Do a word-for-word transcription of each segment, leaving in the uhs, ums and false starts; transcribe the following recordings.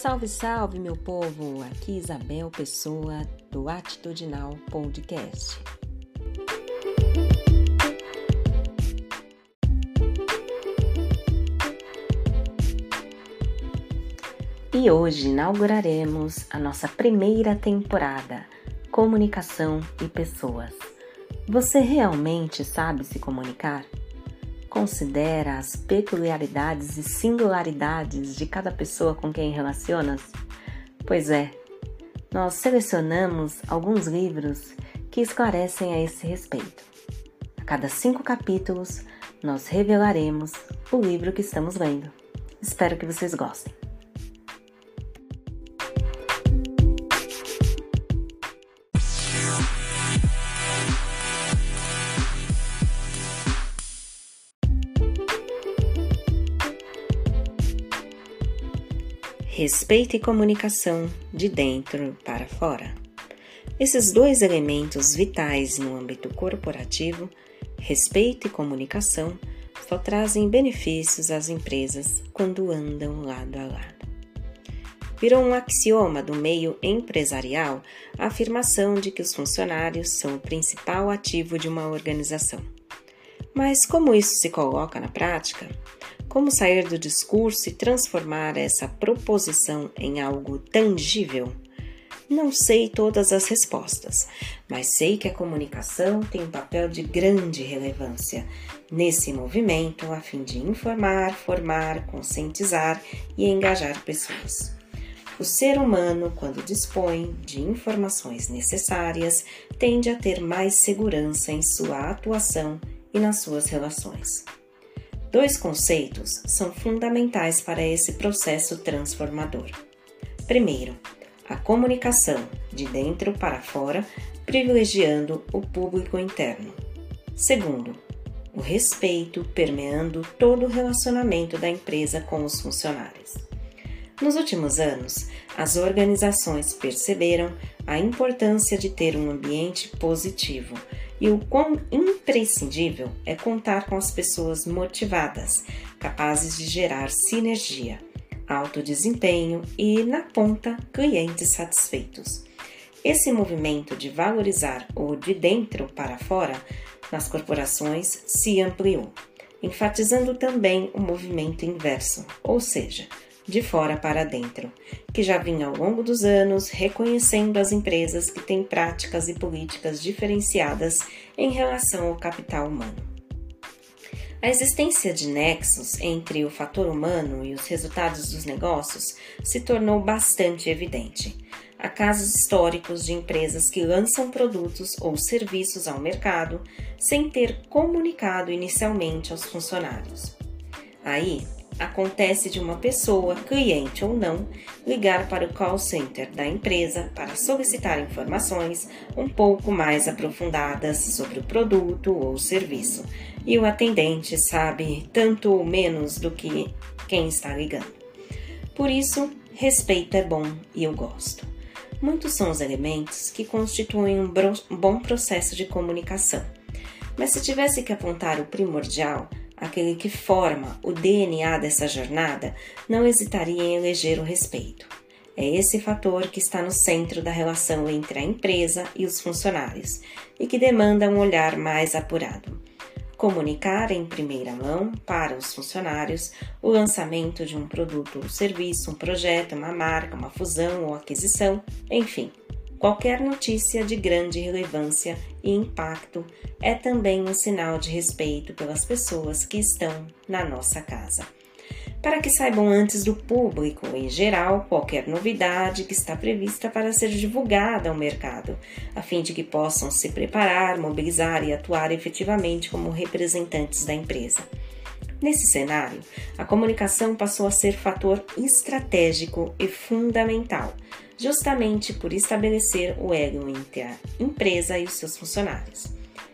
Salve, salve, meu povo! Aqui Isabel Pessoa, do Atitudinal Podcast. E hoje inauguraremos a nossa primeira temporada, Comunicação e Pessoas. Você realmente sabe se comunicar? Considera as peculiaridades e singularidades de cada pessoa com quem relacionas? Pois é, nós selecionamos alguns livros que esclarecem a esse respeito. A cada cinco capítulos, nós revelaremos o livro que estamos lendo. Espero que vocês gostem. Respeito e comunicação de dentro para fora. Esses dois elementos vitais no âmbito corporativo, respeito e comunicação, só trazem benefícios às empresas quando andam lado a lado. Virou um axioma do meio empresarial a afirmação de que os funcionários são o principal ativo de uma organização. Mas como isso se coloca na prática? Como sair do discurso e transformar essa proposição em algo tangível? Não sei todas as respostas, mas sei que a comunicação tem um papel de grande relevância nesse movimento a fim de informar, formar, conscientizar e engajar pessoas. O ser humano, quando dispõe de informações necessárias, tende a ter mais segurança em sua atuação e nas suas relações. Dois conceitos são fundamentais para esse processo transformador. Primeiro, a comunicação de dentro para fora, privilegiando o público interno. Segundo, o respeito permeando todo o relacionamento da empresa com os funcionários. Nos últimos anos, as organizações perceberam a importância de ter um ambiente positivo e o quão imprescindível é contar com as pessoas motivadas, capazes de gerar sinergia, alto desempenho e, na ponta, clientes satisfeitos. Esse movimento de valorizar o de dentro para fora nas corporações se ampliou, enfatizando também o movimento inverso, ou seja, de fora para dentro, que já vinha ao longo dos anos reconhecendo as empresas que têm práticas e políticas diferenciadas em relação ao capital humano. A existência de nexos entre o fator humano e os resultados dos negócios se tornou bastante evidente. Há casos históricos de empresas que lançam produtos ou serviços ao mercado sem ter comunicado inicialmente aos funcionários. Aí, acontece de uma pessoa, cliente ou não, ligar para o call center da empresa para solicitar informações um pouco mais aprofundadas sobre o produto ou serviço, e o atendente sabe tanto ou menos do que quem está ligando. Por isso, respeito é bom e eu gosto. Muitos são os elementos que constituem um bom processo de comunicação, mas se tivesse que apontar o primordial, aquele que forma o D N A dessa jornada, não hesitaria em eleger o respeito. É esse fator que está no centro da relação entre a empresa e os funcionários e que demanda um olhar mais apurado. Comunicar em primeira mão para os funcionários o lançamento de um produto ou serviço, um projeto, uma marca, uma fusão ou aquisição, enfim. Qualquer notícia de grande relevância e impacto é também um sinal de respeito pelas pessoas que estão na nossa casa. Para que saibam antes do público, em geral, qualquer novidade que está prevista para ser divulgada ao mercado, a fim de que possam se preparar, mobilizar e atuar efetivamente como representantes da empresa. Nesse cenário, a comunicação passou a ser fator estratégico e fundamental, justamente por estabelecer o elo entre a empresa e os seus funcionários.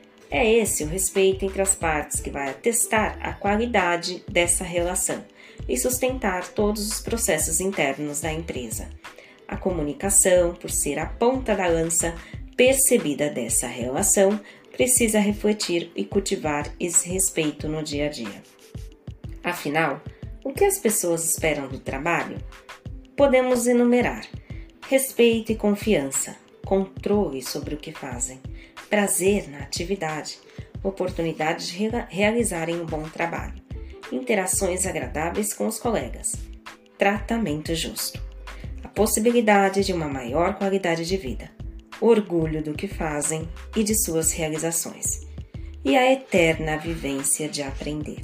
É esse o respeito entre as partes que vai atestar a qualidade dessa relação e sustentar todos os processos internos da empresa. A comunicação, por ser a ponta da lança percebida dessa relação, precisa refletir e cultivar esse respeito no dia a dia. Afinal, o que as pessoas esperam do trabalho? podemos enumerar: respeito e confiança, controle sobre o que fazem, prazer na atividade, oportunidade de re- realizarem um bom trabalho, interações agradáveis com os colegas, tratamento justo, a possibilidade de uma maior qualidade de vida, orgulho do que fazem e de suas realizações, e a eterna vivência de aprender.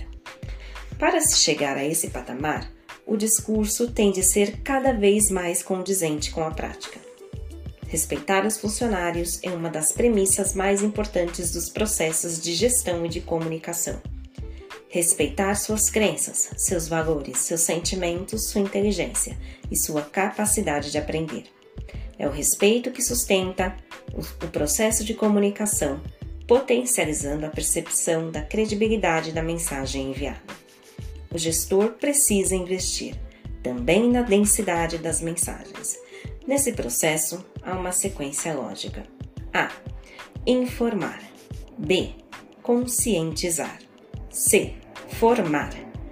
Para se chegar a esse patamar, o discurso tem de ser cada vez mais condizente com a prática. Respeitar os funcionários é uma das premissas mais importantes dos processos de gestão e de comunicação. Respeitar suas crenças, seus valores, seus sentimentos, sua inteligência e sua capacidade de aprender. É o respeito que sustenta o processo de comunicação, potencializando a percepção da credibilidade da mensagem enviada. O gestor precisa investir também na densidade das mensagens. Nesse processo, há uma sequência lógica. A. Informar. B. Conscientizar. C. Formar.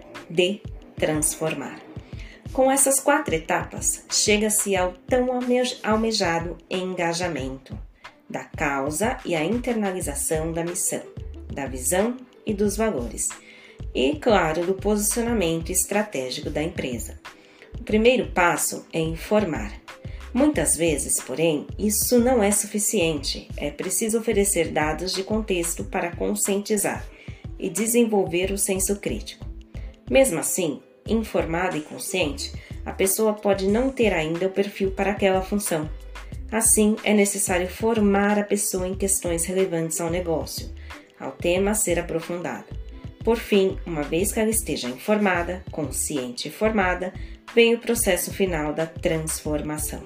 D. Transformar. Com essas quatro etapas, chega-se ao tão almejado engajamento da causa e a internalização da missão, da visão e dos valores, e, claro, do posicionamento estratégico da empresa. O primeiro passo é informar. Muitas vezes, porém, isso não é suficiente. É preciso oferecer dados de contexto para conscientizar e desenvolver o senso crítico. Mesmo assim, informada e consciente, a pessoa pode não ter ainda o perfil para aquela função. Assim, é necessário formar a pessoa em questões relevantes ao negócio, ao tema a ser aprofundado. Por fim, uma vez que ela esteja informada, consciente e formada, vem o processo final da transformação.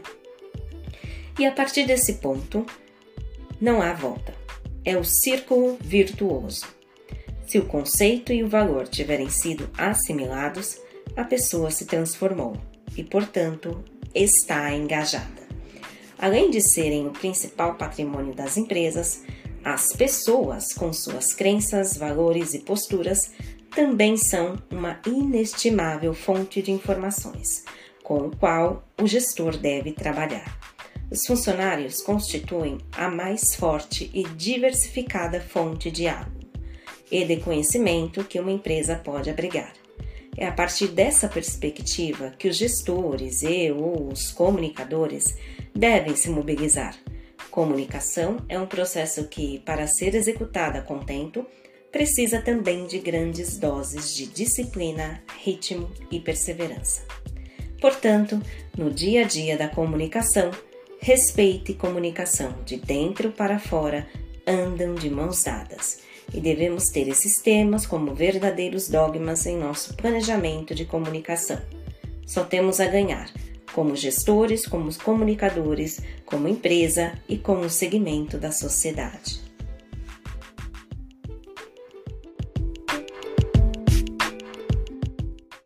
E a partir desse ponto, não há volta. É o círculo virtuoso. Se o conceito e o valor tiverem sido assimilados, a pessoa se transformou e, portanto, está engajada. Além de serem o principal patrimônio das empresas, as pessoas, com suas crenças, valores e posturas, também são uma inestimável fonte de informações, com o qual o gestor deve trabalhar. Os funcionários constituem a mais forte e diversificada fonte de diálogo e de conhecimento que uma empresa pode abrigar. É a partir dessa perspectiva que os gestores e ou os comunicadores devem se mobilizar. Comunicação é um processo que, para ser executado a contento, precisa também de grandes doses de disciplina, ritmo e perseverança. Portanto, no dia a dia da comunicação, respeito e comunicação de dentro para fora andam de mãos dadas e devemos ter esses temas como verdadeiros dogmas em nosso planejamento de comunicação. Só temos a ganhar, como gestores, como comunicadores, como empresa e como segmento da sociedade.